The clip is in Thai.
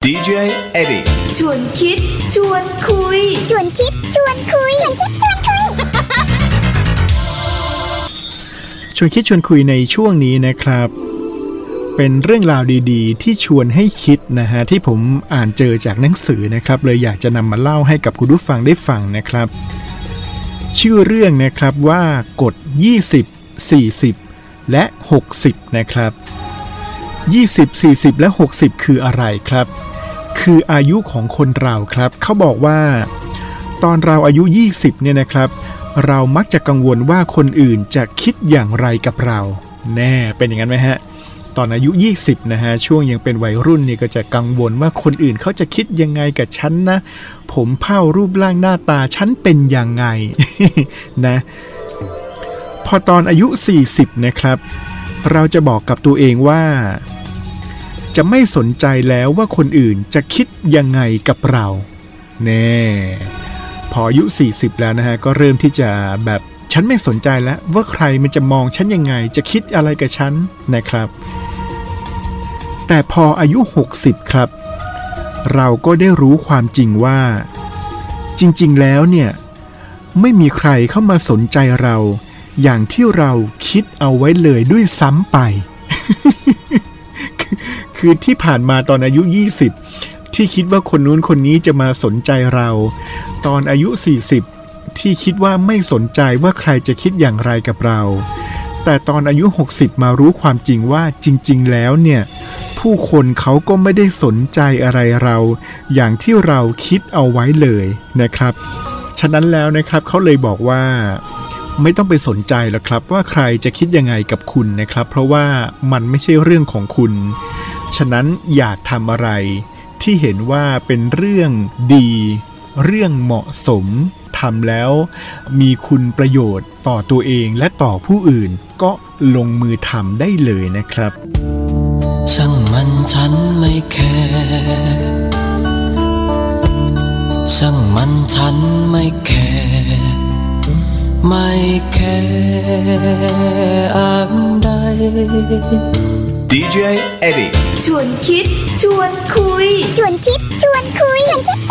DJ Eddie ชวนคิดชวนคุยชวนคิดชวนคุยชวนคิดชวนคุยชวนคิดชวนคุยในช่วงนี้นะครับเป็นเรื่องราวดีๆที่ชวนให้คิดนะฮะที่ผมอ่านเจอจากหนังสือนะครับเลยอยากจะนำมาเล่าให้กับคุณผู้ฟังได้ฟังนะครับชื่อเรื่องนะครับว่ากฎ20 40และ60นะครับ20 40และ60คืออะไรครับคืออายุของคนเราครับเขาบอกว่าตอนเราอายุ20เนี่ยนะครับเรามักจะกังวลว่าคนอื่นจะคิดอย่างไรกับเราแน่เป็นอย่างนั้นไหมฮะตอนอายุ20นะฮะช่วงยังเป็นวัยรุ่นนี่ก็จะกังวลว่าคนอื่นเขาจะคิดยังไงกับฉันนะผมเผ้ารูปร่างหน้าตาฉันเป็นยังไง นะพอตอนอายุ40นะครับเราจะบอกกับตัวเองว่าจะไม่สนใจแล้วว่าคนอื่นจะคิดยังไงกับเราแน่พออายุ40แล้วนะฮะก็เริ่มที่จะแบบฉันไม่สนใจแล้วว่าใครมันจะมองฉันยังไงจะคิดอะไรกับฉันนะครับแต่พออายุ60ครับเราก็ได้รู้ความจริงว่าจริงๆแล้วเนี่ยไม่มีใครเข้ามาสนใจเราอย่างที่เราคิดเอาไว้เลยด้วยซ้ำไป คือที่ผ่านมาตอนอายุ20ที่คิดว่าคนนู้นคนนี้จะมาสนใจเราตอนอายุ40ที่คิดว่าไม่สนใจว่าใครจะคิดอย่างไรกับเราแต่ตอนอายุ60มารู้ความจริงว่าจริงๆแล้วเนี่ยผู้คนเขาก็ไม่ได้สนใจอะไรเราอย่างที่เราคิดเอาไว้เลยนะครับฉะนั้นแล้วนะครับเขาเลยบอกว่าไม่ต้องไปสนใจหรอกครับว่าใครจะคิดยังไงกับคุณนะครับเพราะว่ามันไม่ใช่เรื่องของคุณฉะนั้นอยากทำอะไรที่เห็นว่าเป็นเรื่องดีเรื่องเหมาะสมทำแล้วมีคุณประโยชน์ต่อตัวเองและต่อผู้อื่นก็ลงมือทำได้เลยนะครับช่างมันฉันไม่แคร์ช่างมันฉันไม่แคร์ไม่แคร์อันใด DJ Eddie ชวนคิดชวนคุยชวนคิดชวนคุยชวนคิด